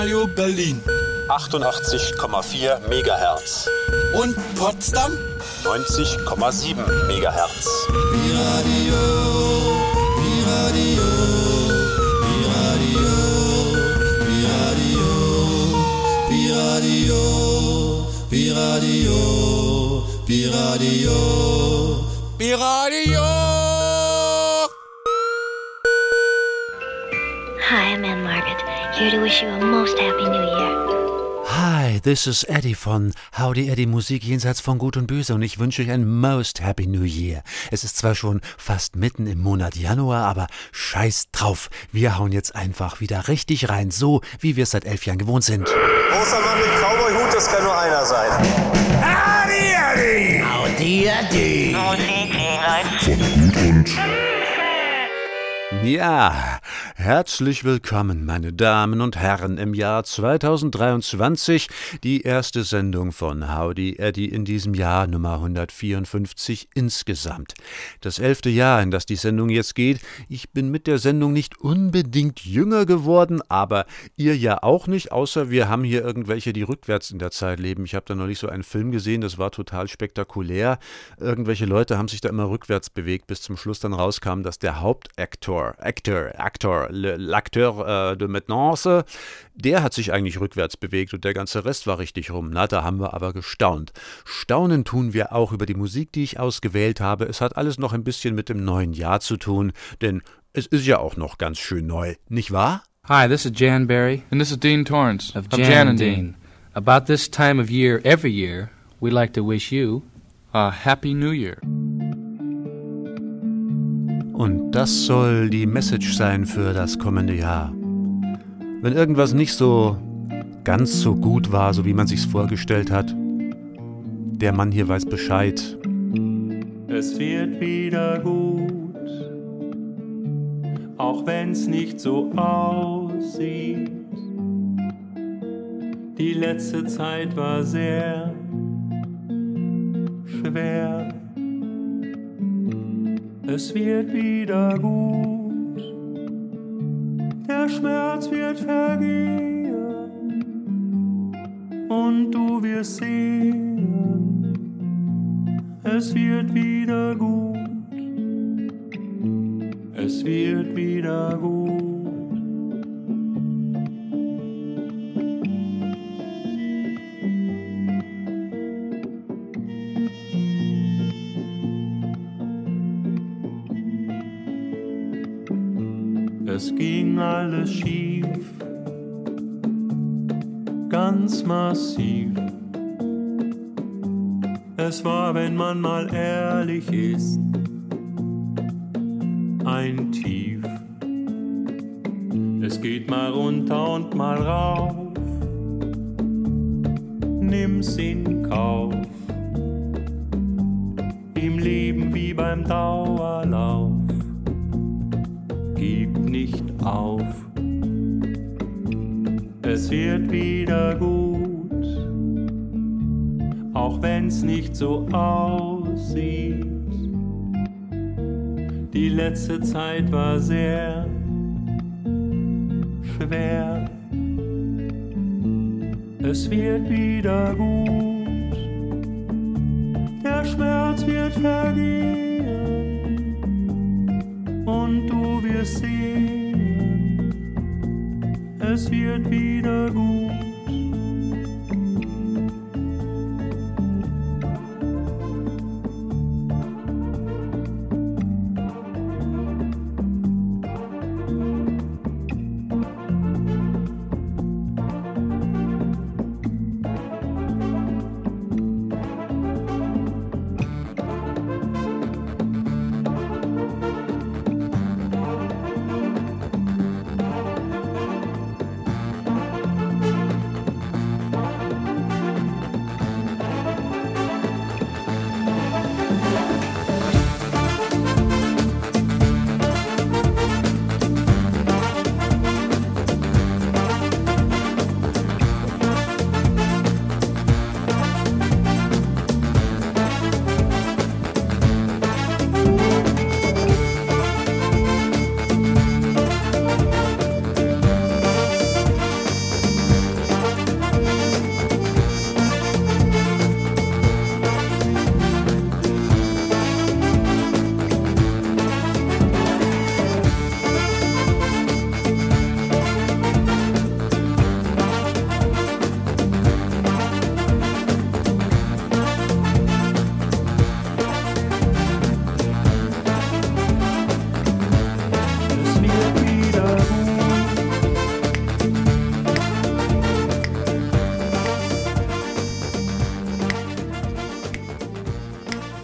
Radio Berlin 88,4 Megahertz. und Potsdam 90,7 Megahertz. Biradio. Hi, I'm Anne Margaret, here to wish you a most happy new year. Hi, this is Eddie von Howdy Eddie Musik jenseits von Gut und Böse und ich wünsche euch ein most happy new year. Es ist zwar schon fast mitten im Monat Januar, aber scheiß drauf. Wir hauen jetzt einfach wieder richtig rein, so wie wir es seit 11 Jahren gewohnt sind. Großer Mann mit Cowboy-Hut, das kann nur einer sein. Ja, herzlich willkommen, meine Damen und Herren, im Jahr 2023, die erste Sendung von Howdy Eddie in diesem Jahr, Nummer 154 insgesamt. Das 11. Jahr, in das die Sendung jetzt geht. Ich bin mit der Sendung nicht unbedingt jünger geworden, aber ihr ja auch nicht, außer wir haben hier irgendwelche, die rückwärts in der Zeit leben. Ich habe da neulich so einen Film gesehen, das war total spektakulär. Irgendwelche Leute haben sich da immer rückwärts bewegt, bis zum Schluss dann rauskam, dass der Hauptakteur, l'acteur de maintenance, der hat sich eigentlich rückwärts bewegt und der ganze Rest war richtig rum. Na, da haben wir aber gestaunt. Staunen tun wir auch über die Musik, die ich ausgewählt habe. Es hat alles noch ein bisschen mit dem neuen Jahr zu tun, denn es ist ja auch noch ganz schön neu, nicht wahr? Hi, this is Jan Barry And this is Dean Torrance of Jan and Dean. About this time of year, every year, we like to wish you A Happy New Year. Und das soll die Message sein für das kommende Jahr. Wenn irgendwas nicht so ganz so gut war, so wie man sich's vorgestellt hat, der Mann hier weiß Bescheid. Es wird wieder gut, auch wenn's nicht so aussieht. Die letzte Zeit war sehr schwer. Es wird wieder gut, der Schmerz wird vergehen und du wirst sehen, es wird wieder gut, es wird wieder gut. Es ging alles schief, ganz massiv. Es war, wenn man mal ehrlich ist, ein Tief. Es geht mal runter und mal rauf, nimm's in Kauf. Im Leben wie beim Dauerlauf. Gib nicht auf, es wird wieder gut, auch wenn's nicht so aussieht. Die letzte Zeit war sehr schwer, es wird wieder gut, der Schmerz wird vergehen. Und du wirst sehen, es wird wieder gut.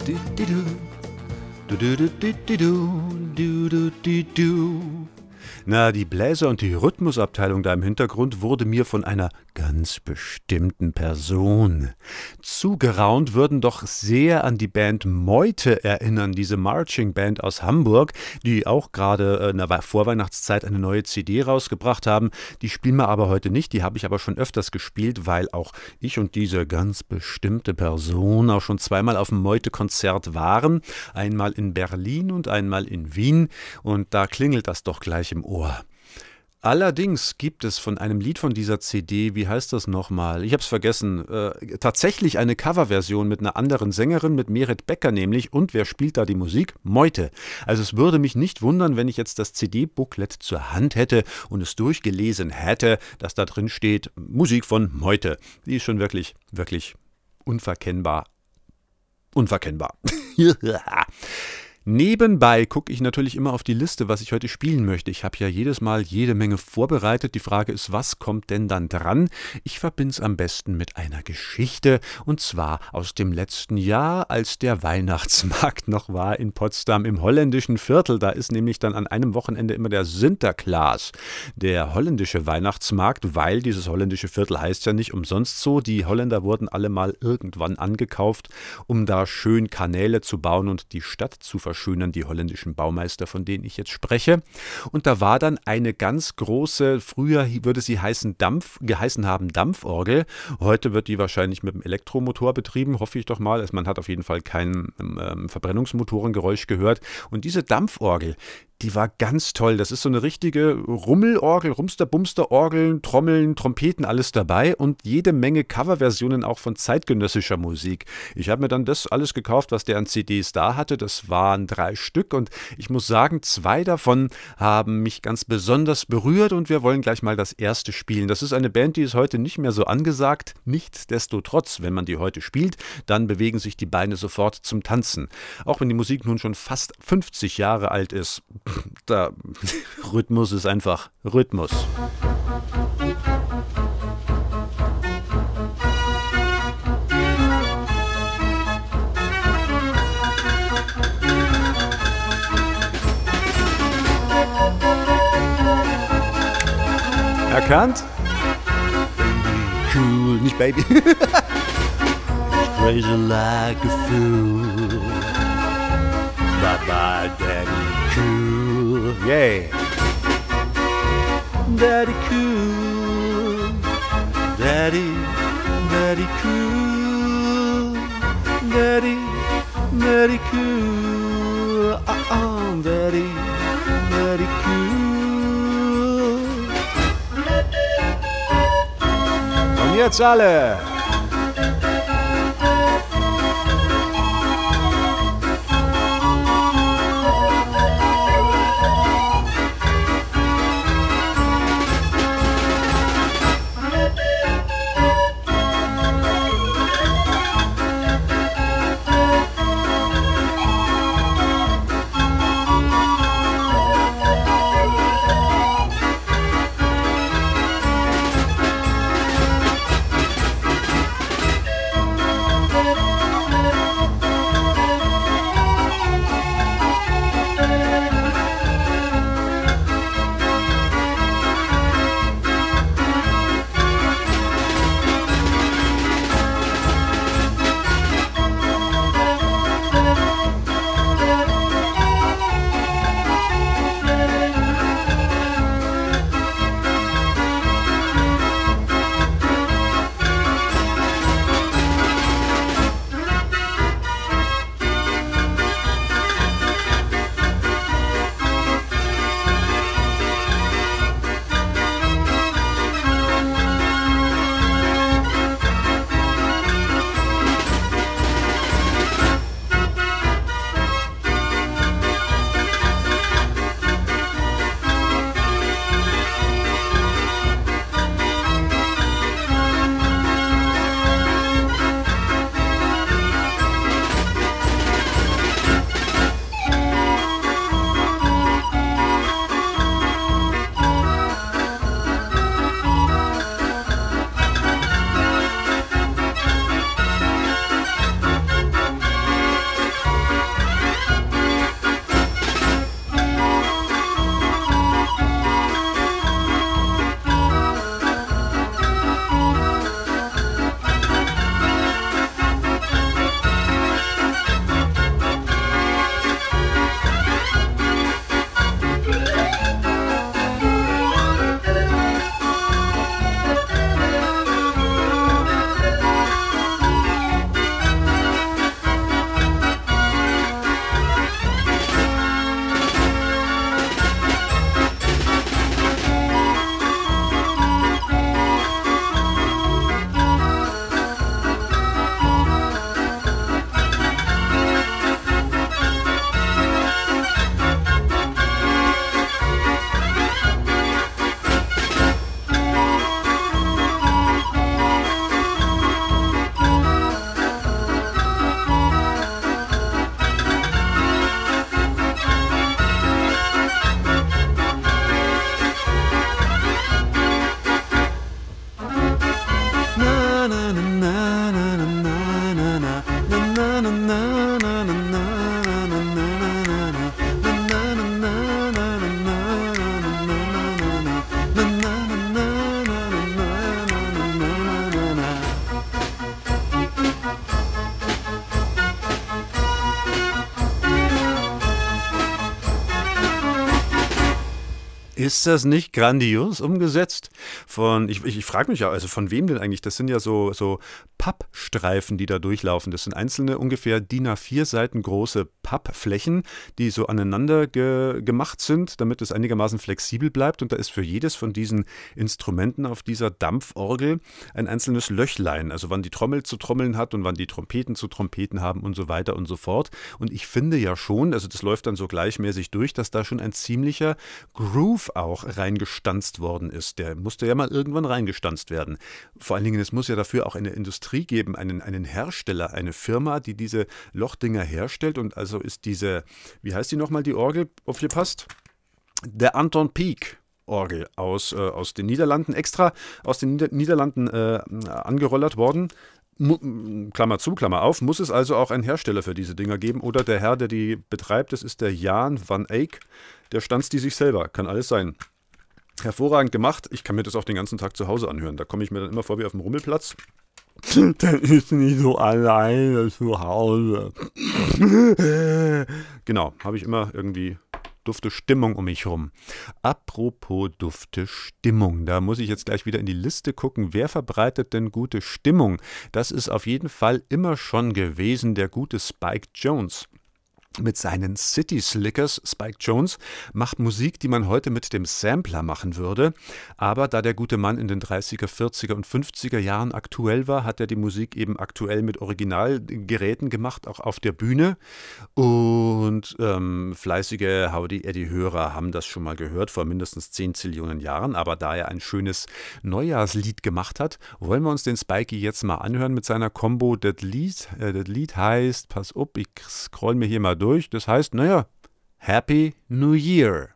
Na, die Bläser und die Rhythmusabteilung da im Hintergrund wurde mir von einer ganz bestimmten Person zugeraunt, würden doch sehr an die Band Meute erinnern, diese Marching Band aus Hamburg, die auch gerade in der Vorweihnachtszeit eine neue CD rausgebracht haben. Die spielen wir aber heute nicht, die habe ich aber schon öfters gespielt, weil auch ich und diese ganz bestimmte Person auch schon zweimal auf dem Meute-Konzert waren. Einmal in Berlin und einmal in Wien, und da klingelt das doch gleich im Ohr. Allerdings gibt es von einem Lied von dieser CD, wie heißt das nochmal? Ich habe es vergessen, tatsächlich eine Coverversion mit einer anderen Sängerin, mit Meret Becker nämlich. Und wer spielt da die Musik? Meute. Also es würde mich nicht wundern, wenn ich jetzt das CD-Booklet zur Hand hätte und es durchgelesen hätte, dass da drin steht, Musik von Meute. Die ist schon wirklich, wirklich unverkennbar. Unverkennbar. Nebenbei gucke ich natürlich immer auf die Liste, was ich heute spielen möchte. Ich habe ja jedes Mal jede Menge vorbereitet. Die Frage ist, was kommt denn dann dran? Ich verbinde es am besten mit einer Geschichte, und zwar aus dem letzten Jahr, als der Weihnachtsmarkt noch war in Potsdam im holländischen Viertel. Da ist nämlich dann an einem Wochenende immer der Sinterklaas, der holländische Weihnachtsmarkt, weil dieses holländische Viertel heißt ja nicht umsonst so. Die Holländer wurden alle mal irgendwann angekauft, um da schön Kanäle zu bauen und die Stadt zu verschönern, die holländischen Baumeister, von denen ich jetzt spreche. Und da war dann eine ganz große, früher würde sie geheißen haben Dampforgel. Heute wird die wahrscheinlich mit dem Elektromotor betrieben, hoffe ich doch mal. Man hat auf jeden Fall kein Verbrennungsmotorengeräusch gehört. Und diese Dampforgel, die war ganz toll. Das ist so eine richtige Rummelorgel, Rumster-Bumster-Orgeln, Trommeln, Trompeten, alles dabei und jede Menge Coverversionen auch von zeitgenössischer Musik. Ich habe mir dann das alles gekauft, was der an CDs da hatte. Das waren 3 Stück und ich muss sagen, 2 davon haben mich ganz besonders berührt und wir wollen gleich mal das erste spielen. Das ist eine Band, die ist heute nicht mehr so angesagt. Nichtsdestotrotz, wenn man die heute spielt, dann bewegen sich die Beine sofort zum Tanzen. Auch wenn die Musik nun schon fast 50 Jahre alt ist. Der Rhythmus ist einfach Rhythmus. Erkannt? Cool, nicht Baby. Crazy like a fool. Bye-bye, Daddy. Cool, yeah. Daddy cool, Daddy cool, Daddy cool, Daddy cool. Und jetzt alle. Ist das nicht grandios umgesetzt? Ich frage mich ja, also von wem denn eigentlich? Das sind ja so Pappstreifen, die da durchlaufen. Das sind einzelne, ungefähr DIN A4 Seiten große Pappflächen, die so aneinander gemacht sind, damit es einigermaßen flexibel bleibt. Und da ist für jedes von diesen Instrumenten auf dieser Dampforgel ein einzelnes Löchlein. Also wann die Trommel zu trommeln hat und wann die Trompeten zu Trompeten haben und so weiter und so fort. Und ich finde ja schon, also das läuft dann so gleichmäßig durch, dass da schon ein ziemlicher Groove auch reingestanzt worden ist. Der musste ja mal irgendwann reingestanzt werden. Vor allen Dingen, es muss ja dafür auch eine Industrie geben, einen Hersteller, eine Firma, die diese Lochdinger herstellt. Und also ist diese, wie heißt die nochmal, die Orgel, auf ihr passt? Der Anton Pieck Orgel aus den Niederlanden, extra aus den Niederlanden angerollert worden. Klammer zu, Klammer auf, muss es also auch einen Hersteller für diese Dinger geben oder der Herr, der die betreibt, das ist der Jan van Eyck, der stanzt die sich selber, kann alles sein. Hervorragend gemacht, ich kann mir das auch den ganzen Tag zu Hause anhören, da komme ich mir dann immer vor wie auf dem Rummelplatz. Dann ist nicht so alleine zu Hause. Genau, habe ich immer irgendwie dufte Stimmung um mich rum. Apropos dufte Stimmung, da muss ich jetzt gleich wieder in die Liste gucken, wer verbreitet denn gute Stimmung? Das ist auf jeden Fall immer schon gewesen der gute Spike Jones. Mit seinen City Slickers, Spike Jones, macht Musik, die man heute mit dem Sampler machen würde. Aber da der gute Mann in den 30er, 40er und 50er Jahren aktuell war, hat er die Musik eben aktuell mit Originalgeräten gemacht, auch auf der Bühne. Und fleißige Howdy-Eddie-Hörer haben das schon mal gehört, vor mindestens 10 Zillionen Jahren. Aber da er ein schönes Neujahrslied gemacht hat, wollen wir uns den Spikey jetzt mal anhören mit seiner Combo. Das Lied heißt, pass auf, ich scroll mir hier mal durch. Das heißt, naja, Happy New Year.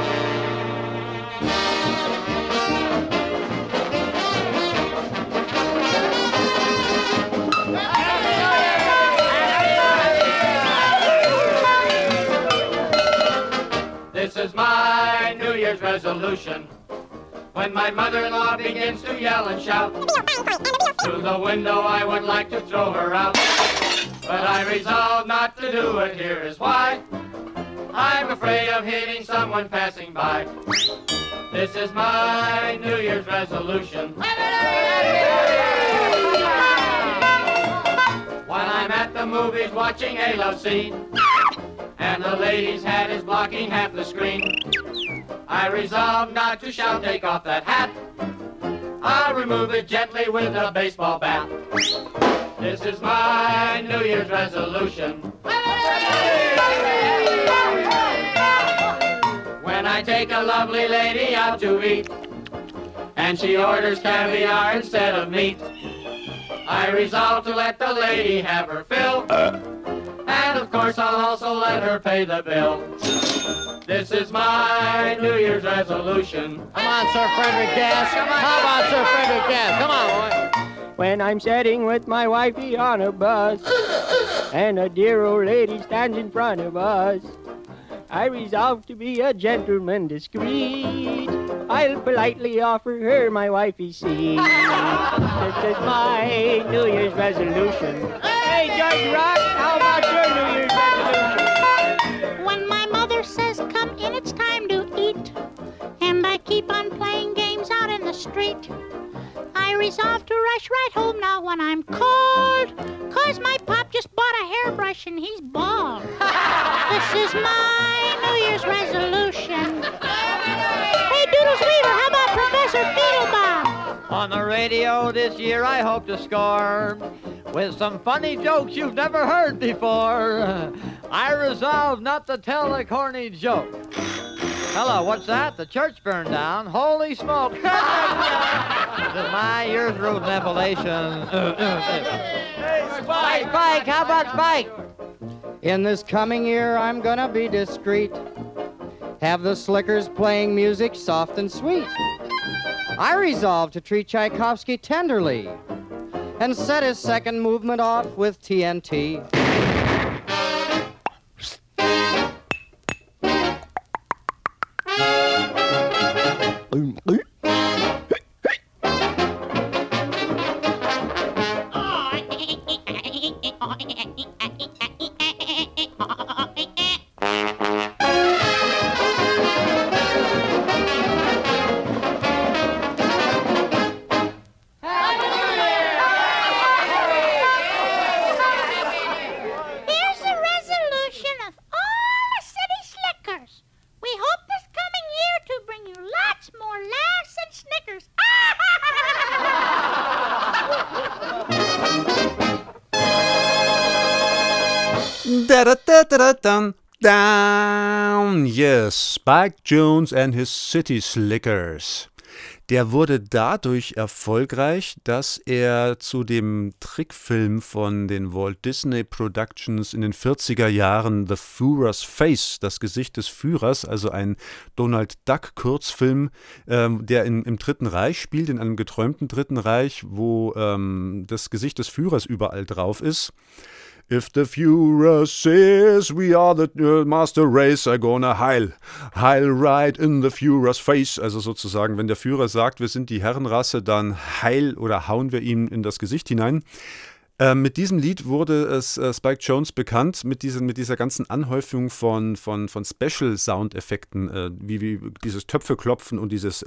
This is my New Year's resolution. When my mother-in-law begins to yell and shout, through the window I would like to throw her out. But I resolve not to do it, here is why. I'm afraid of hitting someone passing by. This is my New Year's resolution. When I'm at the movies watching a love scene, and the lady's hat is blocking half the screen, I resolve not to shout, take off that hat. I'll remove it gently with a baseball bat. This is my New Year's resolution. When I take a lovely lady out to eat, and she orders caviar instead of meat, I resolve to let the lady have her fill, and of course I'll also let her pay the bill. This is my New Year's resolution. Come on, Sir Frederick Gass. Come on. How about Sir Frederick Gass? Come on, boy. When I'm sitting with my wifey on a bus, and a dear old lady stands in front of us, I resolve to be a gentleman discreet. I'll politely offer her my wifey's seat. This is my New Year's resolution. Hey, George Rock, how about your New Year's resolution? When my mother says, come in, it's time to eat, and I keep on playing games out in the street, I resolve to rush right home now when I'm cold, 'cause my pop just bought a hairbrush and he's bald. This is my New Year's resolution. Hey, Doodles Weaver, how about Professor Beetlebum? On the radio this year I hope to score with some funny jokes you've never heard before. I resolve not to tell a corny joke. Hello, what's that? The church burned down. Holy smoke. This is my year's road revelation. Hey, Spike, how about Spike? In this coming year, I'm gonna be discreet. Have the slickers playing music soft and sweet. I resolve to treat Tchaikovsky tenderly and set his second movement off with TNT. Down, yes, Spike Jones and his City Slickers. Der wurde dadurch erfolgreich, dass er zu dem Trickfilm von den Walt Disney Productions in den 40er Jahren The Führer's Face, das Gesicht des Führers, also ein Donald Duck Kurzfilm, der im Dritten Reich spielt, in einem geträumten Dritten Reich, wo das Gesicht des Führers überall drauf ist. If the Führer says we are the master race, I'm gonna heil right in the Führer's face. Also sozusagen, wenn der Führer sagt, wir sind die Herrenrasse, dann heil oder hauen wir ihm in das Gesicht hinein. Mit diesem Lied wurde es Spike Jones bekannt, mit dieser ganzen Anhäufung von Special-Soundeffekten, wie dieses Töpfeklopfen und dieses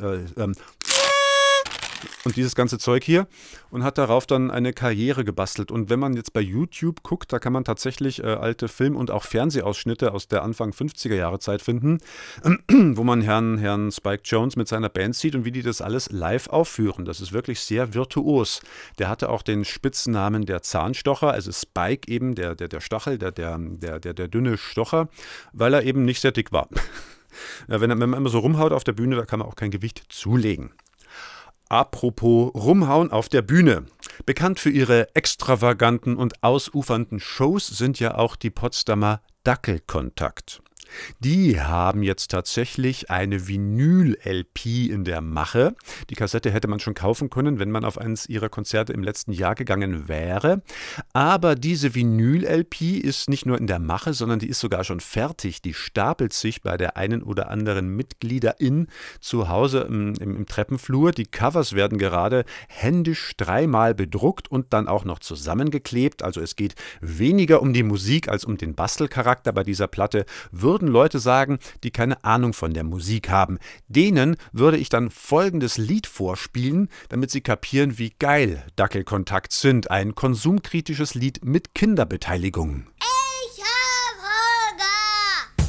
ganze Zeug hier, und hat darauf dann eine Karriere gebastelt. Und wenn man jetzt bei YouTube guckt, da kann man tatsächlich alte Film- und auch Fernsehausschnitte aus der Anfang 50er Jahre Zeit finden, wo man Herrn Spike Jones mit seiner Band sieht und wie die das alles live aufführen. Das ist wirklich sehr virtuos. Der hatte auch den Spitznamen der Zahnstocher, also Spike eben, der Stachel, der dünne Stocher, weil er eben nicht sehr dick war. Ja, wenn man immer so rumhaut auf der Bühne, da kann man auch kein Gewicht zulegen. Apropos Rumhauen auf der Bühne. Bekannt für ihre extravaganten und ausufernden Shows sind ja auch die Potsdamer Dackelkontakt. Die haben jetzt tatsächlich eine Vinyl-LP in der Mache. Die Kassette hätte man schon kaufen können, wenn man auf eines ihrer Konzerte im letzten Jahr gegangen wäre. Aber diese Vinyl-LP ist nicht nur in der Mache, sondern die ist sogar schon fertig. Die stapelt sich bei der einen oder anderen Mitgliederin zu Hause im Treppenflur. Die Covers werden gerade händisch 3-mal bedruckt und dann auch noch zusammengeklebt. Also es geht weniger um die Musik als um den Bastelcharakter bei dieser Platte. Würden Leute sagen, die keine Ahnung von der Musik haben. Denen würde ich dann folgendes Lied vorspielen, damit sie kapieren, wie geil Dackelkontakt sind. Ein konsumkritisches Lied mit Kinderbeteiligung. Ich hab Hunger!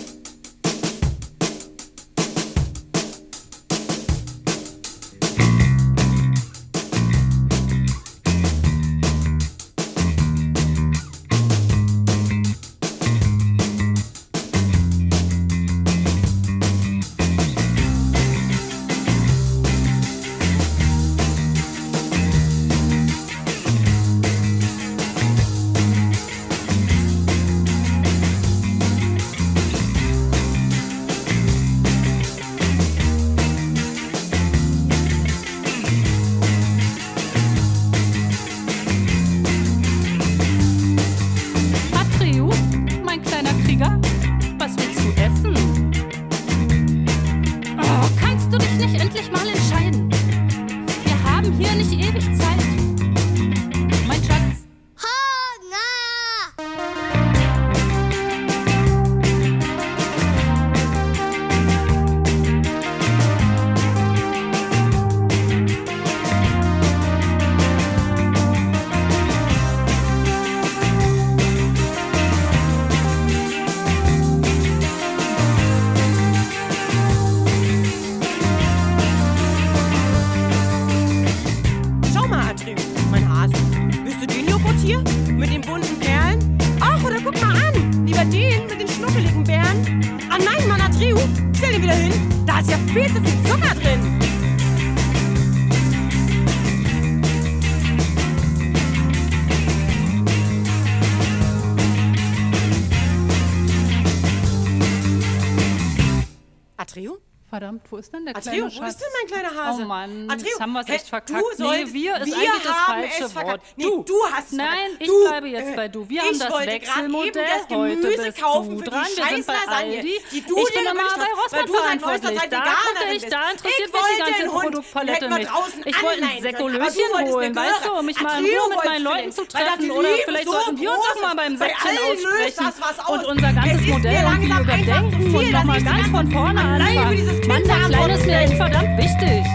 Verdammt, wo ist denn der kleine Schatz? Wo ist denn mein kleiner Hase? Oh Mann, Atreo, jetzt haben wir es echt verkackt. Wir ist eigentlich das falsche Wort. Nee, du hast es Nein, ich bleibe jetzt bei du. Wir haben das Wechselmodell. Heute bist kaufen du für dran. die Wir sind bei Lasagne, Aldi. die du Ich bin immer bei Rossmann verantwortlich. Da gucke ich, da interessiert mich die ganze Produktpalette nicht. Ich wollte ein Säckolöschen holen, weißt du, um mich mal in Ruhe mit meinen Leuten zu treffen. Oder vielleicht sollten wir uns doch mal beim Säckchen aussprechen und unser ganzes Modell irgendwie überdenken und nochmal ganz von vorne anfangen. Mann, der Kleine ist mir echt verdammt wichtig.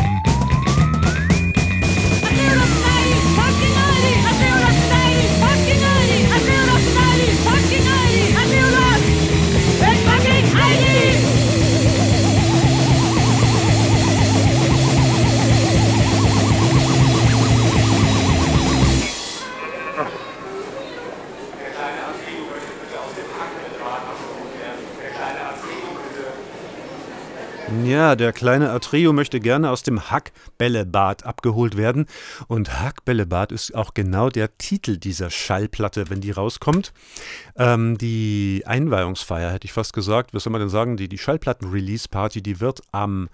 Ja, der kleine Atreo möchte gerne aus dem Hackbällebad abgeholt werden. Und Hackbällebad ist auch genau der Titel dieser Schallplatte, wenn die rauskommt. Die Einweihungsfeier, hätte ich fast gesagt, was soll man denn sagen, die Schallplatten-Release-Party, die wird am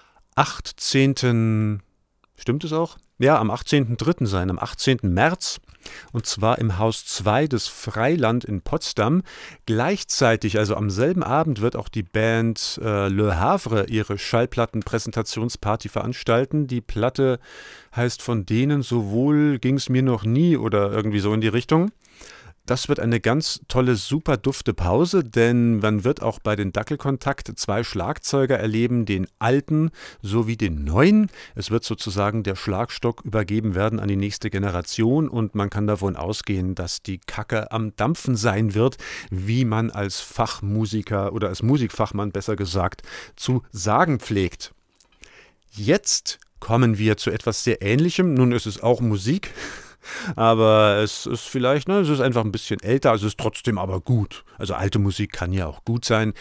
18. Stimmt es auch? Ja, am 18.03. sein, am 18. März. Und zwar im Haus 2 des Freiland in Potsdam. Gleichzeitig, also am selben Abend, wird auch die Band Le Havre ihre Schallplattenpräsentationsparty veranstalten. Die Platte heißt von denen "Sowohl ging's mir noch nie" oder irgendwie so in die Richtung. Das wird eine ganz tolle, super dufte Pause, denn man wird auch bei den Dackelkontakt 2 Schlagzeuger erleben, den alten sowie den neuen. Es wird sozusagen der Schlagstock übergeben werden an die nächste Generation und man kann davon ausgehen, dass die Kacke am Dampfen sein wird, wie man als Fachmusiker oder als Musikfachmann besser gesagt zu sagen pflegt. Jetzt kommen wir zu etwas sehr Ähnlichem. Nun ist es auch Musik. Aber es ist vielleicht, es ist einfach ein bisschen älter, es ist trotzdem aber gut. Also alte Musik kann ja auch gut sein.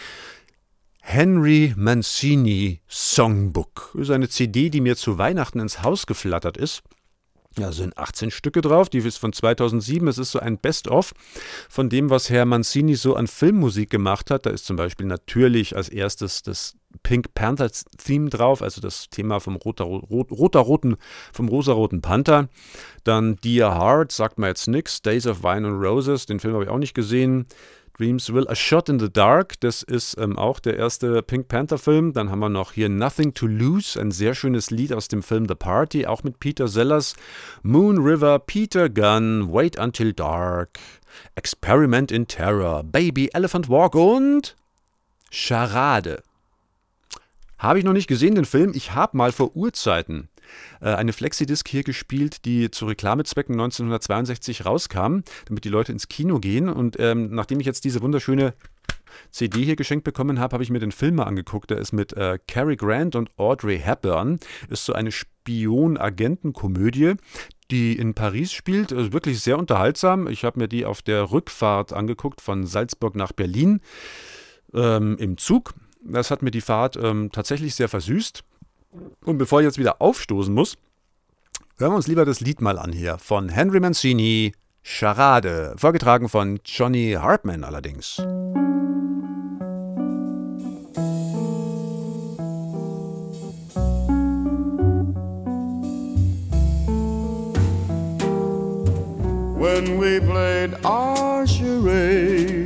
Henry Mancini Songbook ist eine CD, die mir zu Weihnachten ins Haus geflattert ist. Da sind 18 Stücke drauf, die ist von 2007. Es ist so ein Best-of von dem, was Herr Mancini so an Filmmusik gemacht hat. Da ist zum Beispiel natürlich als erstes das Pink Panther Theme drauf, also das Thema vom rosaroten Panther. Dann Dear Heart, sagt mir jetzt nix. Days of Wine and Roses, den Film habe ich auch nicht gesehen. Dreamsville, A Shot in the Dark, das ist auch der erste Pink Panther Film. Dann haben wir noch hier Nothing to Lose, ein sehr schönes Lied aus dem Film The Party, auch mit Peter Sellers. Moon River, Peter Gunn, Wait Until Dark, Experiment in Terror, Baby Elephant Walk und Charade. Habe ich noch nicht gesehen, den Film. Ich habe mal vor Urzeiten eine Flexidisc hier gespielt, die zu Reklamezwecken 1962 rauskam, damit die Leute ins Kino gehen. Und nachdem ich jetzt diese wunderschöne CD hier geschenkt bekommen habe, habe ich mir den Film mal angeguckt. Der ist mit Cary Grant und Audrey Hepburn. Ist so eine Spion-Agenten-Komödie, die in Paris spielt. Also wirklich sehr unterhaltsam. Ich habe mir die auf der Rückfahrt angeguckt von Salzburg nach Berlin im Zug. Das hat mir die Fahrt tatsächlich sehr versüßt. Und bevor ich jetzt wieder aufstoßen muss, hören wir uns lieber das Lied mal an hier von Henry Mancini, Charade, vorgetragen von Johnny Hartman allerdings. When we played our charade,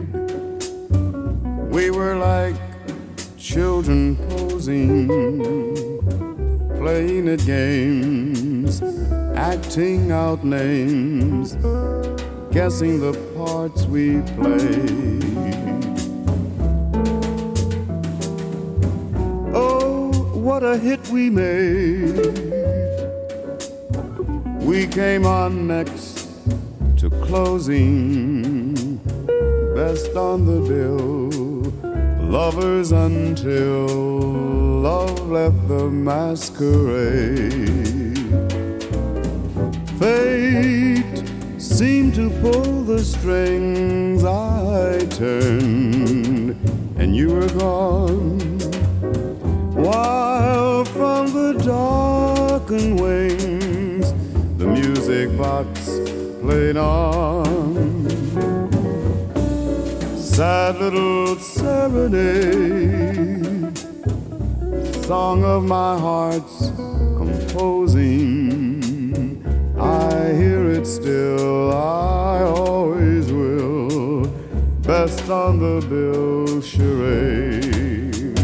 we were like children posing, playing at games, acting out names, guessing the parts we played. Oh, what a hit we made. We came on next to closing, best on the bill, lovers until love left the masquerade. Fate seemed to pull the strings. I turned and you were gone, while from the darkened wings the music box played on. Sad little serenade, song of my heart's composing. I hear it still, I always will, best on the bill charade.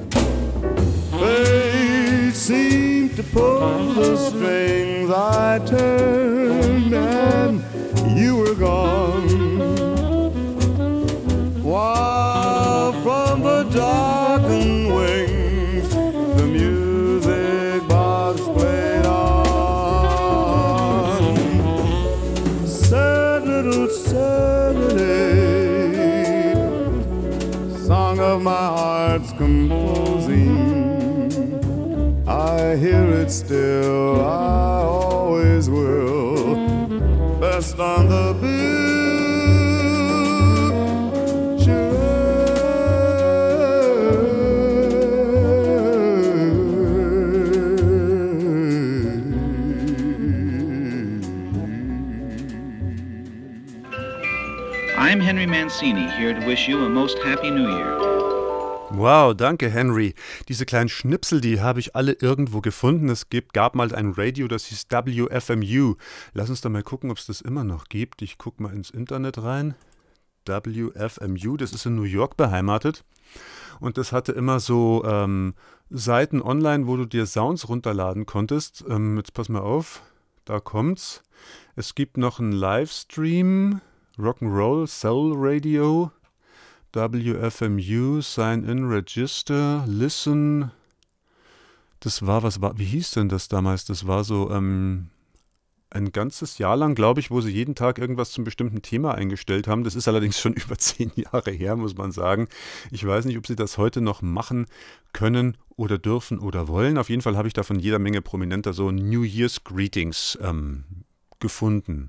Fate seemed to pull the strings. I turned and you were gone, while from the darkened wings the music box played on. Sad little serenade, song of my heart's composing. I hear it still, I always will, best on the bill. Henry Mancini, here to wish you a most happy New Year. Wow, danke Henry. Diese kleinen Schnipsel, die habe ich alle irgendwo gefunden. Es gab mal ein Radio, das hieß WFMU. Lass uns da mal gucken, ob es das immer noch gibt. Ich gucke mal ins Internet rein. WFMU, das ist in New York beheimatet. Und das hatte immer so Seiten online, wo du dir Sounds runterladen konntest. Jetzt pass mal auf, da kommt's. Es gibt noch einen Livestream, Rock'n'Roll Soul Radio, WFMU, Sign in, Register, Listen. Das war, wie hieß denn das damals? Das war so ein ganzes Jahr lang, glaube ich, wo sie jeden Tag irgendwas zum bestimmten Thema eingestellt haben. Das ist allerdings schon über 10 Jahre her, muss man sagen. Ich weiß nicht, ob sie das heute noch machen können oder dürfen oder wollen. Auf jeden Fall habe ich da von jeder Menge Prominenter so New Year's Greetings gefunden.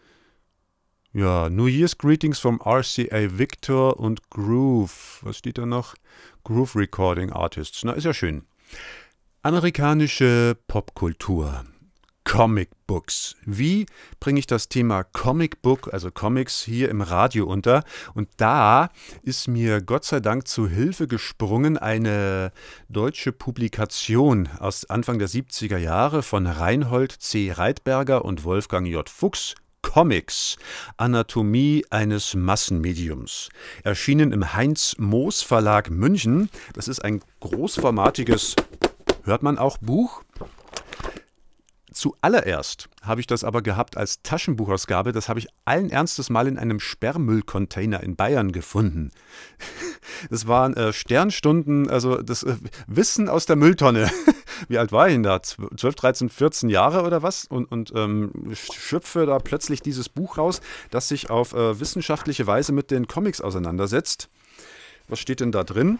Ja, New Year's Greetings vom RCA Victor und Groove. Was steht da noch? Groove Recording Artists. Na, ist ja schön. Amerikanische Popkultur. Comic Books. Wie bringe ich das Thema Comic Book, also Comics, hier im Radio unter? Und da ist mir Gott sei Dank zu Hilfe gesprungen eine deutsche Publikation aus Anfang der 70er Jahre von Reinhold C. Reitberger und Wolfgang J. Fuchs. Comics, Anatomie eines Massenmediums. Erschienen im Heinz Moos Verlag München. Das ist ein großformatiges, hört man auch, Buch. Zuallererst habe ich das aber gehabt als Taschenbuchausgabe. Das habe ich allen Ernstes mal in einem Sperrmüllcontainer in Bayern gefunden. Das waren Sternstunden, also das Wissen aus der Mülltonne. Wie alt war ich denn da? 12, 13, 14 Jahre oder was? Und schöpfe da plötzlich dieses Buch raus, das sich auf wissenschaftliche Weise mit den Comics auseinandersetzt. Was steht denn da drin?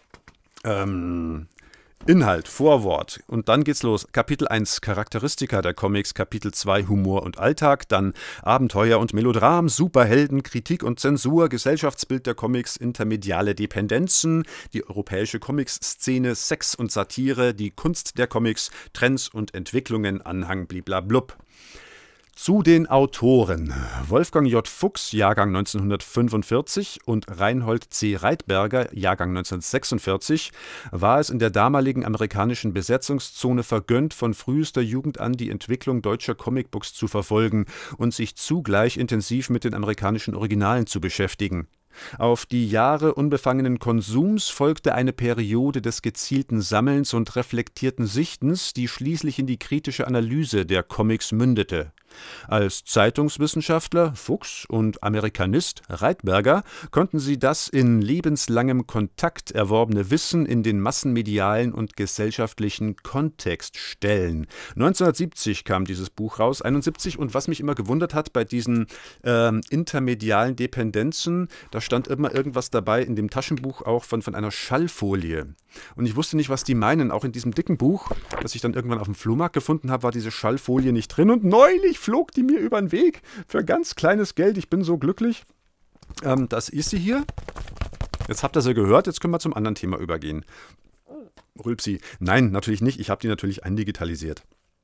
Inhalt, Vorwort und dann geht's los. Kapitel 1, Charakteristika der Comics, Kapitel 2, Humor und Alltag, dann Abenteuer und Melodram, Superhelden, Kritik und Zensur, Gesellschaftsbild der Comics, intermediale Dependenzen, die europäische Comics-Szene, Sex und Satire, die Kunst der Comics, Trends und Entwicklungen, Anhang bliblablub. Zu den Autoren. Wolfgang J. Fuchs, Jahrgang 1945 und Reinhold C. Reitberger, Jahrgang 1946, war es in der damaligen amerikanischen Besetzungszone vergönnt, von frühester Jugend an die Entwicklung deutscher Comicbooks zu verfolgen und sich zugleich intensiv mit den amerikanischen Originalen zu beschäftigen. Auf die Jahre unbefangenen Konsums folgte eine Periode des gezielten Sammelns und reflektierten Sichtens, die schließlich in die kritische Analyse der Comics mündete. Als Zeitungswissenschaftler Fuchs und Amerikanist Reitberger konnten sie das in lebenslangem Kontakt erworbene Wissen in den massenmedialen und gesellschaftlichen Kontext stellen. 1970 kam dieses Buch raus, 71, und was mich immer gewundert hat bei diesen intermedialen Dependenzen, da stand immer irgendwas dabei in dem Taschenbuch auch von einer Schallfolie. Und ich wusste nicht, was die meinen. Auch in diesem dicken Buch, das ich dann irgendwann auf dem Flohmarkt gefunden habe, war diese Schallfolie nicht drin. Und neulich flog die mir über den Weg für ganz kleines Geld. Ich bin so glücklich. Das ist sie hier. Jetzt habt ihr sie gehört. Jetzt können wir zum anderen Thema übergehen. Rülpsi. Nein, natürlich nicht. Ich habe die natürlich eindigitalisiert.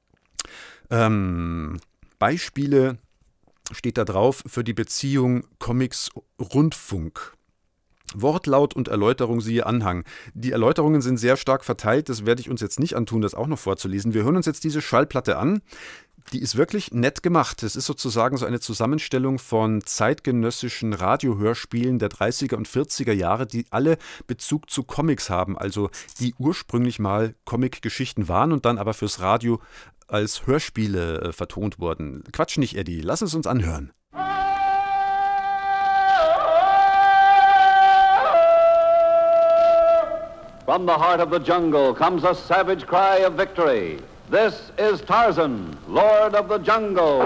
Beispiele steht da drauf für die Beziehung Comics-Rundfunk. Wortlaut und Erläuterung siehe Anhang. Die Erläuterungen sind sehr stark verteilt, das werde ich uns jetzt nicht antun, das auch noch vorzulesen. Wir hören uns jetzt diese Schallplatte an. Die ist wirklich nett gemacht. Es ist sozusagen so eine Zusammenstellung von zeitgenössischen Radiohörspielen der 30er und 40er Jahre, die alle Bezug zu Comics haben, also die ursprünglich mal Comic-Geschichten waren und dann aber fürs Radio als Hörspiele vertont wurden. Quatsch nicht, Eddie, lass es uns anhören. From the heart of the jungle comes a savage cry of victory. This is Tarzan, Lord of the Jungle.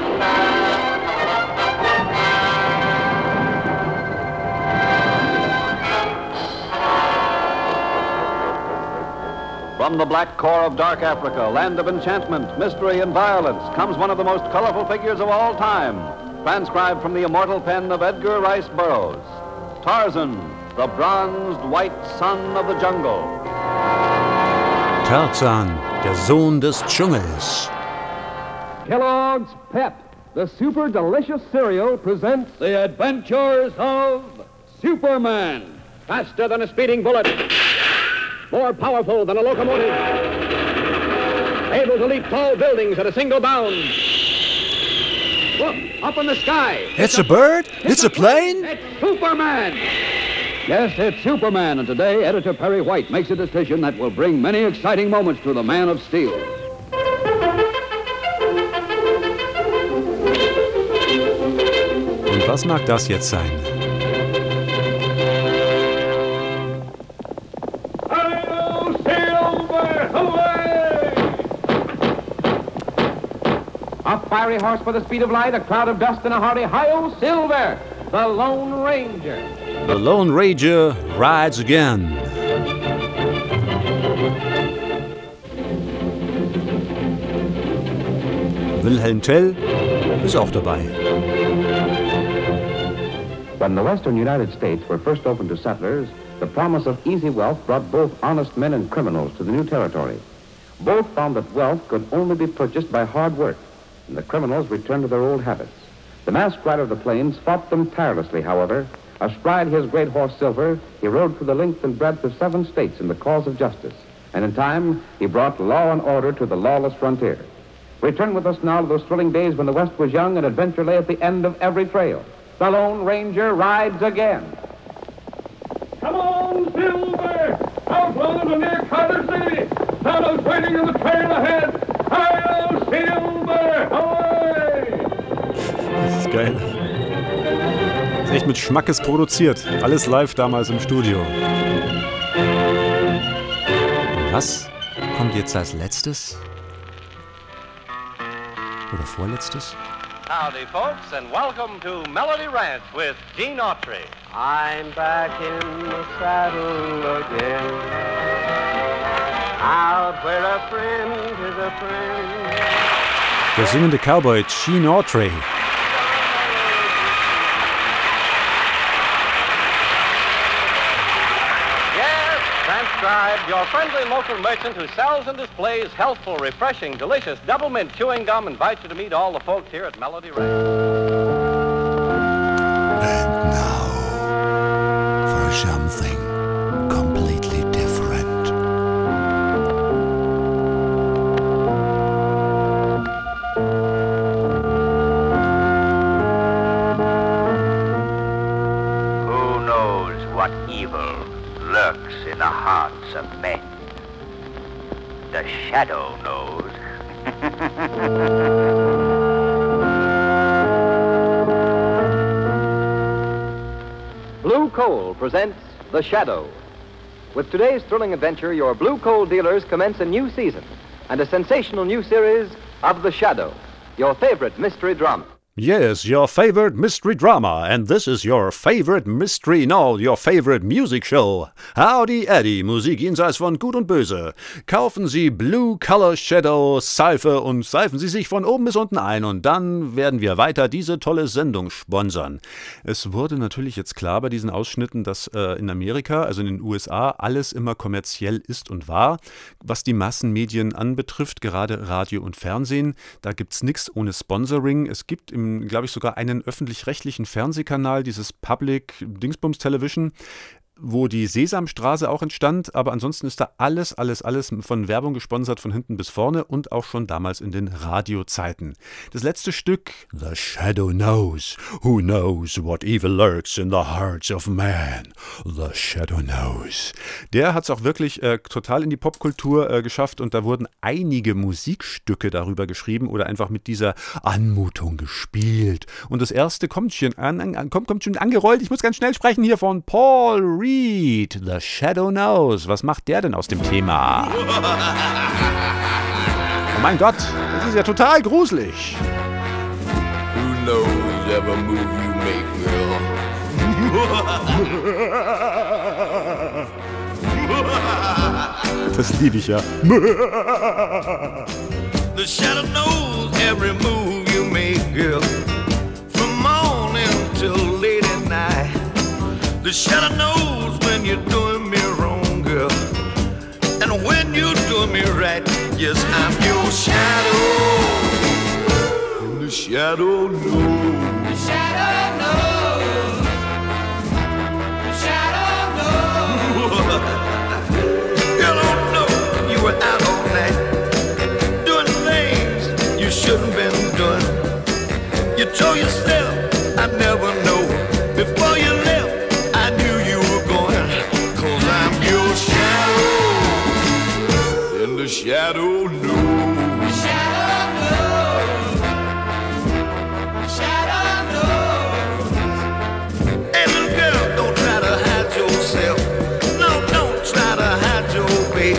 From the black core of dark Africa, land of enchantment, mystery, and violence, comes one of the most colorful figures of all time, transcribed from the immortal pen of Edgar Rice Burroughs. Tarzan, the bronzed white son of the jungle. Tarzan, der Sohn des Dschungels. Kellogg's Pep, the super delicious cereal presents The Adventures of Superman. Faster than a speeding bullet. More powerful than a locomotive. Able to leap tall buildings at a single bound. Look, up in the sky. It's a bird? It's a plane? It's Superman. Yes, it's Superman, and today editor Perry White makes a decision that will bring many exciting moments to the Man of Steel. Und was mag das jetzt sein? A fiery horse with the speed of light, a cloud of dust, and a hearty hi-yo Silver, the Lone Ranger. The Lone Ranger rides again. Wilhelm Tell ist auch dabei. When the western United States were first opened to settlers, the promise of easy wealth brought both honest men and criminals to the new territory. Both found that wealth could only be purchased by hard work, and the criminals returned to their old habits. The masked rider of the plains fought them tirelessly, however. Astride his great horse Silver, he rode through the length and breadth of 7 states in the cause of justice. And in time, he brought law and order to the lawless frontier. Return with us now to those thrilling days when the West was young and adventure lay at the end of every trail. The Lone Ranger rides again. Come on, Silver! Outlaws are near Carter City! Santa's waiting in the trail ahead! Hi-yo, Silver! Away! Das ist geil. Ist echt mit Schmackes produziert. Alles live damals im Studio. Was kommt jetzt als letztes? Oder vorletztes? Howdy, folks, and welcome to Melody Ranch with Gene Autry. I'm back in the saddle again, out where a friend is a friend. Der singende Cowboy Gene Autry. Transcribed, your friendly local merchant who sells and displays healthful, refreshing, delicious double mint chewing gum invites you to meet all the folks here at Melody Ranch. And now for something completely different. Who knows what evil lurks in the hearts of men? The Shadow knows. Blue Coal presents The Shadow. With today's thrilling adventure, your Blue Coal dealers commence a new season and a sensational new series of The Shadow, your favorite mystery drama. Yes, your favorite mystery drama, and this is your favorite mystery, no, your favorite music show. Howdy Eddie, Musik jenseits von Gut und Böse. Kaufen Sie Blue Color Shadow Seife und seifen Sie sich von oben bis unten ein und dann werden wir weiter diese tolle Sendung sponsern. Es wurde natürlich jetzt klar bei diesen Ausschnitten, dass in Amerika, also in den USA, alles immer kommerziell ist und war. Was die Massenmedien anbetrifft, gerade Radio und Fernsehen, da gibt's nichts ohne Sponsoring. Es gibt glaube ich, sogar einen öffentlich-rechtlichen Fernsehkanal, dieses Public Dingsbums Television, wo die Sesamstraße auch entstand, aber ansonsten ist da alles von Werbung gesponsert, von hinten bis vorne und auch schon damals in den Radiozeiten. Das letzte Stück, The Shadow Knows, Who Knows What Evil Lurks in the Hearts of Man, The Shadow Knows. Der hat es auch wirklich total in die Popkultur geschafft und da wurden einige Musikstücke darüber geschrieben oder einfach mit dieser Anmutung gespielt. Und das erste kommt schon angerollt, ich muss ganz schnell sprechen hier von Paul Reed, The Shadow Knows. Was macht der denn aus dem Thema? Oh mein Gott, das ist ja total gruselig. Who knows every move you make, girl? Das liebe ich ja. The shadow knows every move you make, girl. From morning till late at night. The shadow knows when you're doing me wrong, girl, and when you're doing me right. Yes, I'm your shadow. And the shadow knows. The shadow knows. The shadow knows. You don't know you were out all night doing things you shouldn't been doing. You told yourself I'd never know. Before you left, I knew you were going. 'Cause I'm your shadow, and the shadow knows. The shadow knows. The shadow knows. Hey, little girl, don't try to hide yourself. No, don't try to hide your face.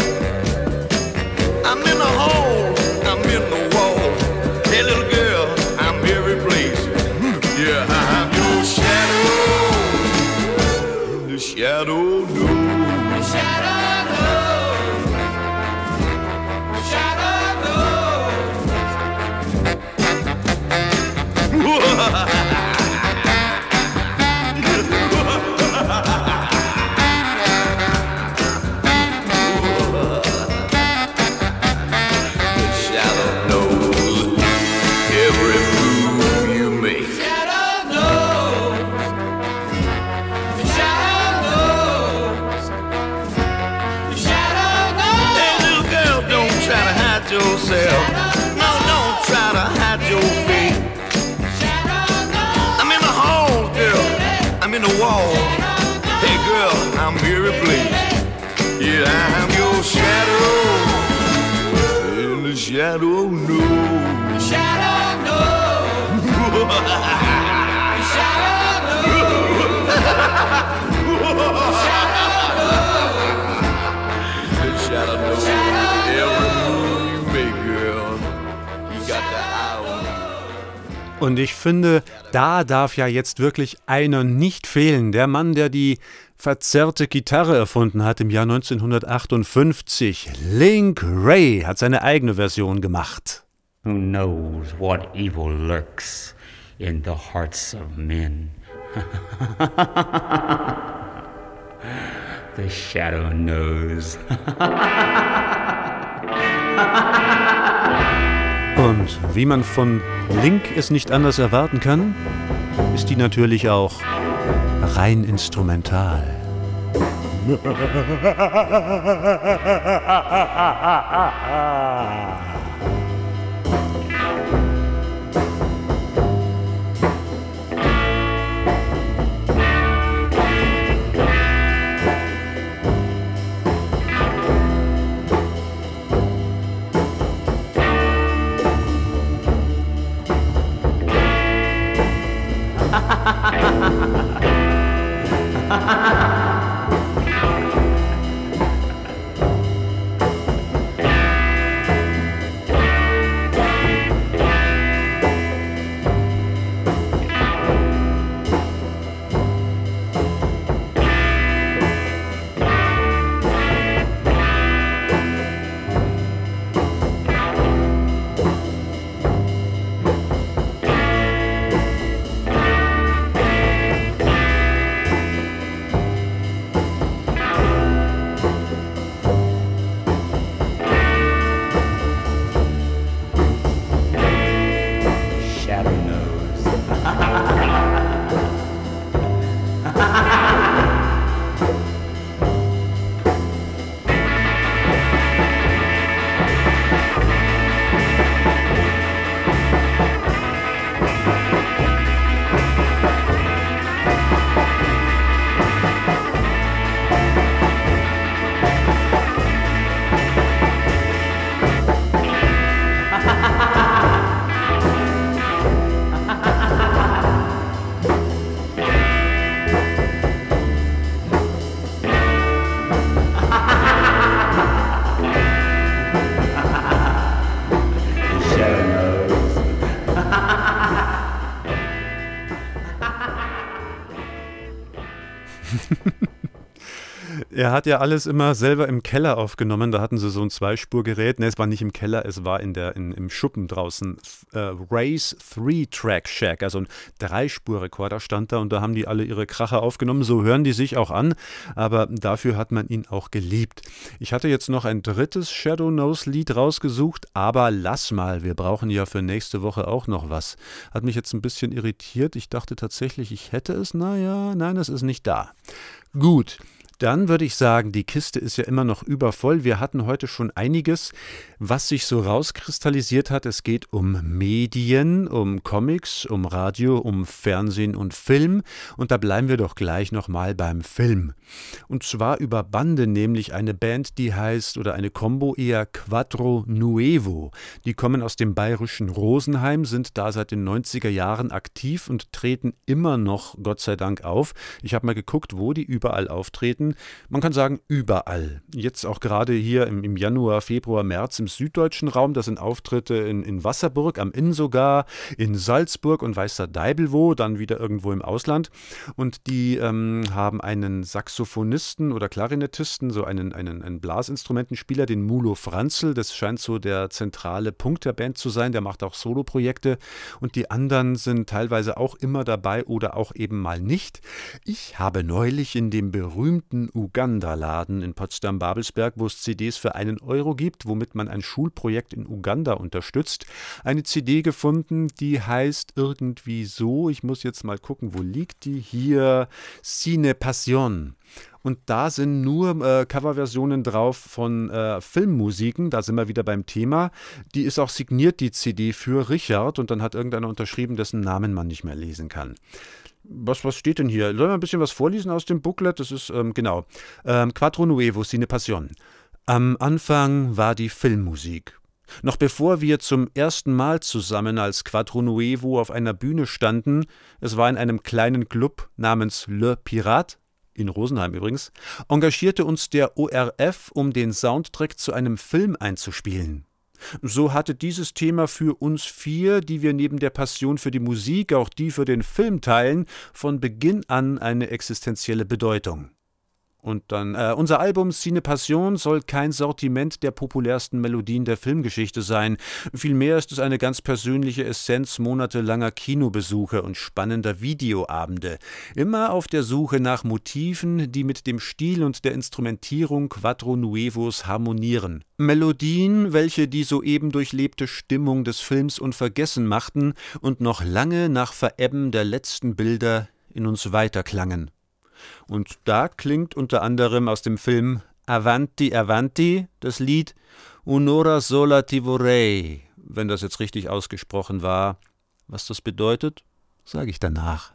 I'm in the hole, I'm in the wall. Hey, little girl, I'm every place. Yeah, I'm your shadow, and the shadow knows. The shadow knows. The shadow The shadow knows every move you make. The shadow knows. The shadow knows. The shadow knows. Hey, little girl, don't try to hide yourself. No, don't try to hide your face. I'm in the hole, girl. I'm in the wall. Hey, girl, I'm very pleased. Yeah, I'm your shadow. And the shadow knows. The shadow knows. The shadow knows. The shadow knows every move you make, girl. You got the eye on me. Und ich finde, da darf ja jetzt wirklich einer nicht fehlen. Der Mann, der die verzerrte Gitarre erfunden hat im Jahr 1958. Link Wray hat seine eigene Version gemacht. Who knows what evil lurks in the hearts of men? The shadow knows. Und wie man von Link es nicht anders erwarten kann, ist die natürlich auch rein instrumental. Er hat ja alles immer selber im Keller aufgenommen. Da hatten sie so ein Zweispurgerät. Ne, es war nicht im Keller, es war im Schuppen draußen. Race 3-Track Shack, also ein Dreispurrekorder stand da und da haben die alle ihre Kracher aufgenommen. So hören die sich auch an, aber dafür hat man ihn auch geliebt. Ich hatte jetzt noch ein drittes Shadow-Nose-Lied rausgesucht, aber lass mal, wir brauchen ja für nächste Woche auch noch was. Hat mich jetzt ein bisschen irritiert. Ich dachte tatsächlich, ich hätte es. Naja, nein, es ist nicht da. Gut. Dann würde ich sagen, die Kiste ist ja immer noch übervoll. Wir hatten heute schon einiges, was sich so rauskristallisiert hat. Es geht um Medien, um Comics, um Radio, um Fernsehen und Film. Und da bleiben wir doch gleich nochmal beim Film. Und zwar über Bande, nämlich eine Band, die heißt, oder eine Combo eher Quattro Nuevo. Die kommen aus dem bayerischen Rosenheim, sind da seit den 90er Jahren aktiv und treten immer noch, Gott sei Dank, auf. Ich habe mal geguckt, wo die überall auftreten. Man kann sagen, überall. Jetzt auch gerade hier im Januar, Februar, März im süddeutschen Raum. Das sind Auftritte in Wasserburg, am Inn sogar, in Salzburg und weiß der Deibel wo, dann wieder irgendwo im Ausland. Und die haben einen Saxophonisten oder Klarinettisten, so einen Blasinstrumentenspieler, den Mulo Franzl. Das scheint so der zentrale Punkt der Band zu sein. Der macht auch Soloprojekte. Und die anderen sind teilweise auch immer dabei oder auch eben mal nicht. Ich habe neulich in dem berühmten Uganda-Laden in Potsdam-Babelsberg, wo es CDs für 1 Euro gibt, womit man ein Schulprojekt in Uganda unterstützt, eine CD gefunden, die heißt irgendwie so, ich muss jetzt mal gucken, wo liegt die? Hier, Cine Passion. Und da sind nur Coverversionen drauf von Filmmusiken, da sind wir wieder beim Thema. Die ist auch signiert, die CD, für Richard, und dann hat irgendeiner unterschrieben, dessen Namen man nicht mehr lesen kann. Was steht denn hier? Sollen wir ein bisschen was vorlesen aus dem Booklet? Das ist, genau. Quattro Nuevo, Cine Passion. Am Anfang war die Filmmusik. Noch bevor wir zum ersten Mal zusammen als Quattro Nuevo auf einer Bühne standen, es war in einem kleinen Club namens Le Pirat, in Rosenheim übrigens, engagierte uns der ORF, um den Soundtrack zu einem Film einzuspielen. So hatte dieses Thema für uns 4, die wir neben der Passion für die Musik auch die für den Film teilen, von Beginn an eine existenzielle Bedeutung. Und dann, unser Album Cine Passion soll kein Sortiment der populärsten Melodien der Filmgeschichte sein. Vielmehr ist es eine ganz persönliche Essenz monatelanger Kinobesuche und spannender Videoabende. Immer auf der Suche nach Motiven, die mit dem Stil und der Instrumentierung Quattro Nuevos harmonieren. Melodien, welche die soeben durchlebte Stimmung des Films unvergessen machten und noch lange nach Verebben der letzten Bilder in uns weiterklangen. Und da klingt unter anderem aus dem Film Avanti Avanti das Lied Un'ora sola ti vorrei, wenn das jetzt richtig ausgesprochen war. Was das bedeutet, sage ich danach.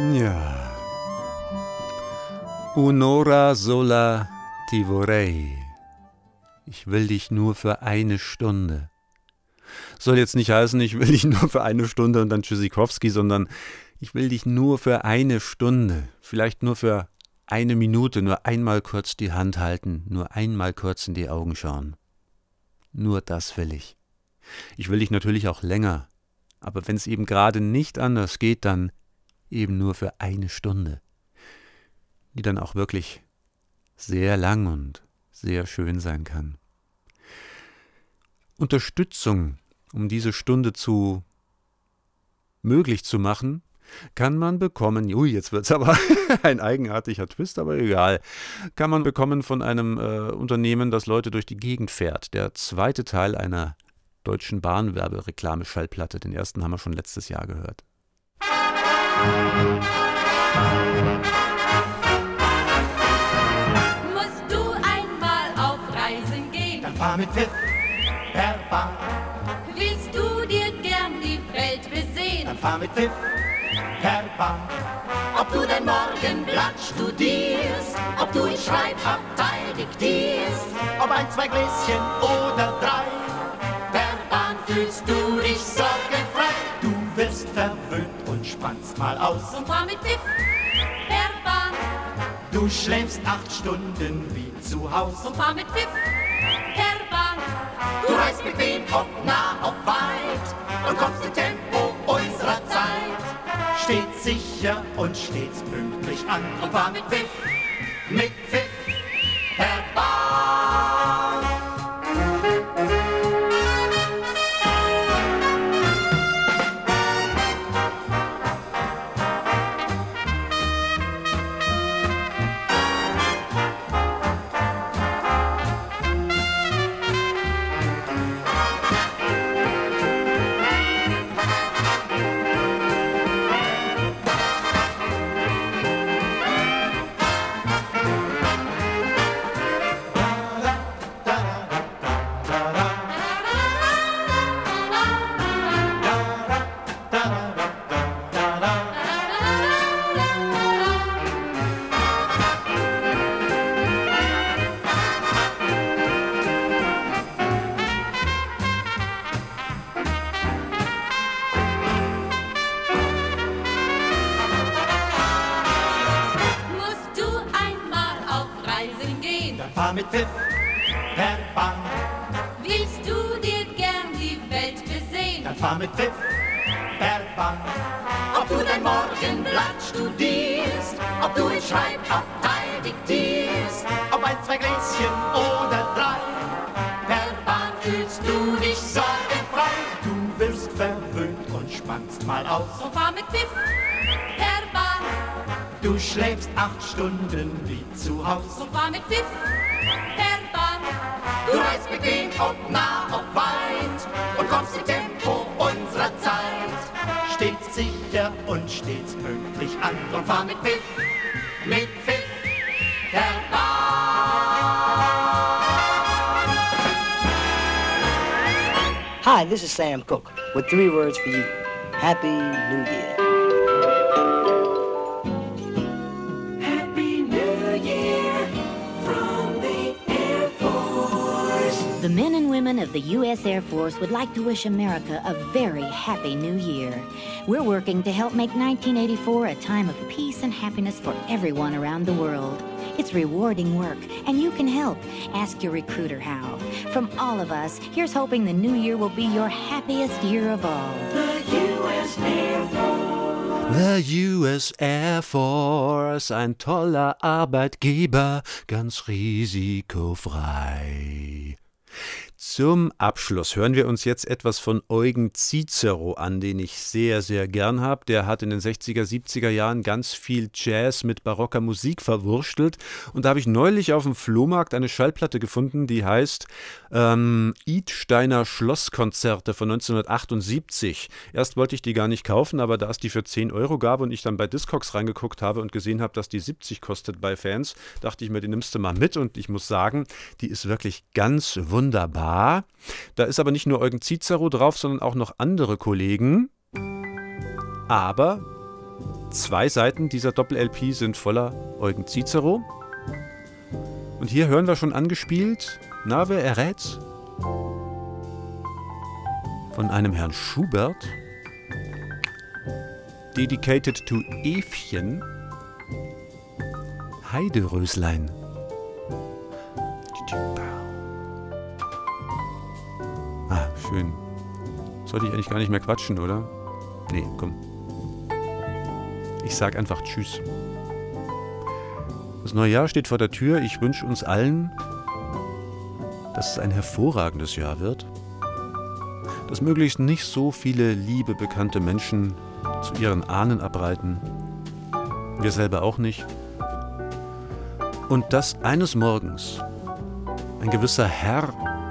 Ja. Un'ora sola ti vorrei. Ich will dich nur für eine Stunde. Soll jetzt nicht heißen, ich will dich nur für eine Stunde und dann Tschüssikowski, sondern ich will dich nur für eine Stunde, vielleicht nur für eine Minute, nur einmal kurz die Hand halten, nur einmal kurz in die Augen schauen. Nur das will ich. Ich will dich natürlich auch länger, aber wenn es eben gerade nicht anders geht, dann eben nur für eine Stunde, die dann auch wirklich sehr lang und sehr schön sein kann. Unterstützung, um diese Stunde möglich zu machen, kann man bekommen, jetzt wird's aber ein eigenartiger Twist, aber egal, kann man bekommen von einem Unternehmen, das Leute durch die Gegend fährt. Der zweite Teil einer Deutschen Bahn-Werbereklame-Schallplatte. Den ersten haben wir schon letztes Jahr gehört. Musst du einmal auf Reisen gehen, dann fahr mit Pfiff per Bahn. Willst du dir gern die Welt besehen, dann fahr mit Pfiff per Bahn. ob du dein Morgenblatt studierst, ob du in Schreibabteil diktierst, ob ein, zwei Gläschen oder drei, per Bahn fühlst du dich sorgenfrei. Du wirst verwöhnt und spannst mal aus. Und fahr mit Pfiff per Bahn. Du schläfst 8 Stunden wie zu Haus. Und fahr mit Pfiff per Bahn. Du reist bequem, ob nah, ob weit, und kommst im Tempo unserer Zeit. Stets sicher und stets pünktlich an. Und fahr mit Pfiff per Bahn. Mit Pfiff per Bahn. Willst du dir gern die Welt besehen, dann fahr mit Pfiff per Bahn. ob du dein Morgenblatt studierst, ob du in Schreibabteil diktierst, ob ein, zwei Gläschen oder drei, per Bahn fühlst du dich sorgenfrei. Du wirst verwöhnt und spannst mal aus. Und fahr mit Pfiff per Bahn. Du schläfst 8 Stunden wie zu Haus. Und fahr mit Pfiff per Bahn. Du reist bequem, ob nah, ob weit, und kommst im Tempo unserer Zeit. Stets sicher und stets pünktlich an. Und fahr mit Pfiff per Bahn. Hi, this is Sam Cooke with 3 words for you. Happy New Year. The men and women of the U.S. Air Force would like to wish America a very happy new year. We're working to help make 1984 a time of peace and happiness for everyone around the world. It's rewarding work, and you can help. Ask your recruiter how. From all of us, here's hoping the new year will be your happiest year of all. The U.S. Air Force. The U.S. Air Force, ein toller Arbeitgeber, ganz risikofrei. Zum Abschluss hören wir uns jetzt etwas von Eugen Cicero an, den ich sehr, sehr gern habe. Der hat in den 60er, 70er Jahren ganz viel Jazz mit barocker Musik verwurstelt. Und da habe ich neulich auf dem Flohmarkt eine Schallplatte gefunden, die heißt Idsteiner Schlosskonzerte von 1978. Erst wollte ich die gar nicht kaufen, aber da es die für 10 Euro gab und ich dann bei Discogs reingeguckt habe und gesehen habe, dass die 70 kostet bei Fans, dachte ich mir, die nimmst du mal mit. Und ich muss sagen, die ist wirklich ganz wunderbar. Da ist aber nicht nur Eugen Cicero drauf, sondern auch noch andere Kollegen. Aber 2 Seiten dieser Doppel-LP sind voller Eugen Cicero. Und hier hören wir schon angespielt, na, wer errät's? Von einem Herrn Schubert. Dedicated to Evchen. Heideröslein. Ah, schön. Sollte ich eigentlich gar nicht mehr quatschen, oder? Nee, komm. Ich sag einfach Tschüss. Das neue Jahr steht vor der Tür. Ich wünsche uns allen, dass es ein hervorragendes Jahr wird. Dass möglichst nicht so viele liebe, bekannte Menschen zu ihren Ahnen abreiten. Wir selber auch nicht. Und dass eines Morgens ein gewisser Herr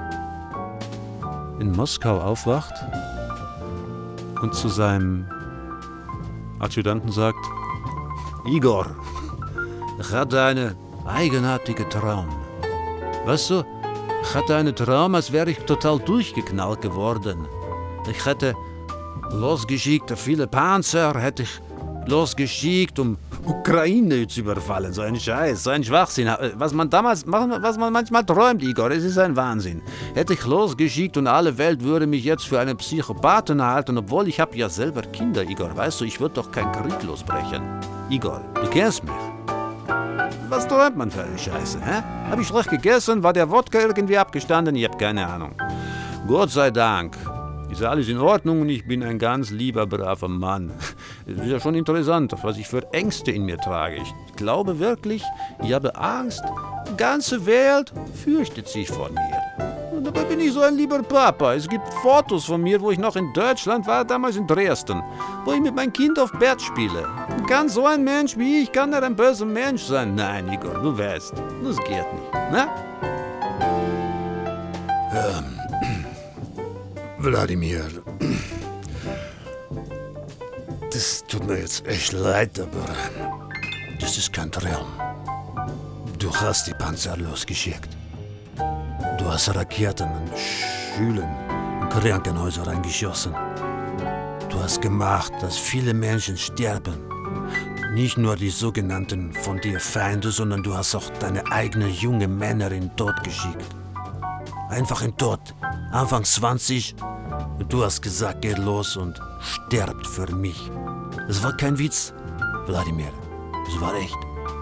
in Moskau aufwacht und zu seinem Adjutanten sagt: Igor, ich hatte einen eigenartigen Traum. Weißt du, ich hatte einen Traum, als wäre ich total durchgeknallt geworden. Ich hätte losgeschickt, viele Panzer hätte ich losgeschickt, um Ukraine zu überfallen. So ein Scheiß, so ein Schwachsinn. Was man manchmal träumt, Igor, es ist ein Wahnsinn. Hätte ich losgeschickt und alle Welt würde mich jetzt für einen Psychopathen halten, obwohl ich habe ja selber Kinder, Igor. Weißt du, ich würde doch keinen Krieg losbrechen. Igor, du kennst mich. Was träumt man für eine Scheiße, hä? Hab ich schlecht gegessen? War der Wodka irgendwie abgestanden? Ich hab keine Ahnung. Gott sei Dank. Ist alles in Ordnung und ich bin ein ganz lieber, braver Mann. Es ist ja schon interessant, was ich für Ängste in mir trage. Ich glaube wirklich, ich habe Angst. Die ganze Welt fürchtet sich vor mir. Und dabei bin ich so ein lieber Papa. Es gibt Fotos von mir, wo ich noch in Deutschland war, damals in Dresden, wo ich mit meinem Kind auf Bett spiele. Kann so ein Mensch wie ich, kann er ein böser Mensch sein? Nein, Igor, du weißt, das geht nicht, ne? Wladimir, das tut mir jetzt echt leid, aber das ist kein Traum. Du hast die Panzer losgeschickt. Du hast Raketen in Schulen und Krankenhäuser reingeschossen. Du hast gemacht, dass viele Menschen sterben. Nicht nur die sogenannten von dir Feinde, sondern du hast auch deine eigene junge Männer in den Tod geschickt. Einfach in den Tod. Anfang 20 und du hast gesagt, geht los und sterbt für mich. Das war kein Witz, Wladimir. Das war echt.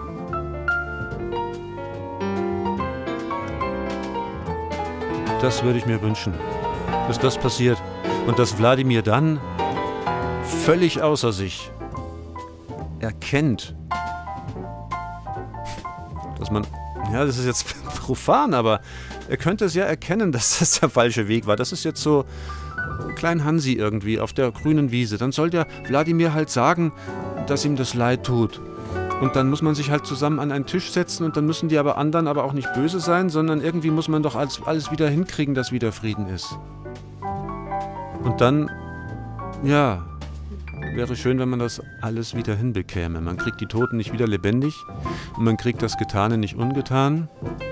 Das würde ich mir wünschen, dass das passiert und dass Wladimir dann völlig außer sich erkennt, dass man, ja, das ist jetzt profan, aber er könnte es ja erkennen, dass das der falsche Weg war. Das ist jetzt so Klein Hansi irgendwie auf der grünen Wiese. Dann soll der Wladimir halt sagen, dass ihm das leid tut. Und dann muss man sich halt zusammen an einen Tisch setzen und dann müssen die anderen aber auch nicht böse sein, sondern irgendwie muss man doch alles wieder hinkriegen, dass wieder Frieden ist. Und dann, ja, wäre schön, wenn man das alles wieder hinbekäme. Man kriegt die Toten nicht wieder lebendig und man kriegt das Getane nicht ungetan.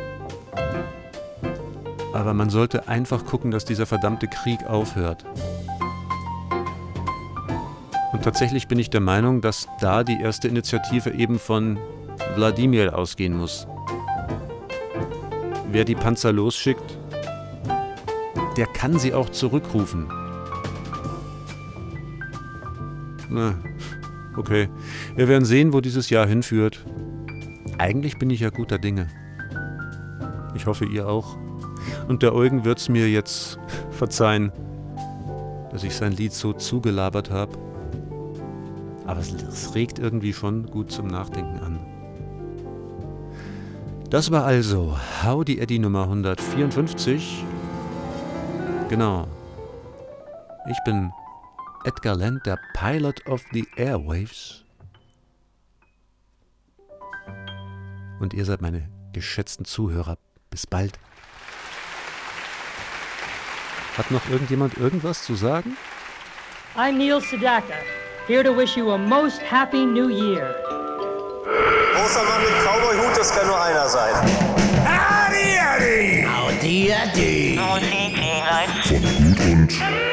Aber man sollte einfach gucken, dass dieser verdammte Krieg aufhört. Und tatsächlich bin ich der Meinung, dass da die erste Initiative eben von Wladimir ausgehen muss. Wer die Panzer losschickt, der kann sie auch zurückrufen. Na, okay. Wir werden sehen, wo dieses Jahr hinführt. Eigentlich bin ich ja guter Dinge. Ich hoffe, ihr auch. Und der Eugen wird's mir jetzt verzeihen, dass ich sein Lied so zugelabert habe. Aber es regt irgendwie schon gut zum Nachdenken an. Das war also Howdy Eddie Nummer 154. Genau. Ich bin Edgar Land, der Pilot of the Airwaves. Und ihr seid meine geschätzten Zuhörer. Bis bald. Hat noch irgendjemand irgendwas zu sagen? I'm Neil Sedaka, here to wish you a most happy new year. Großer Mann mit Cowboy-Hut, das kann nur einer sein. Howdy, Howdy! Howdy, Howdy! Von Gut und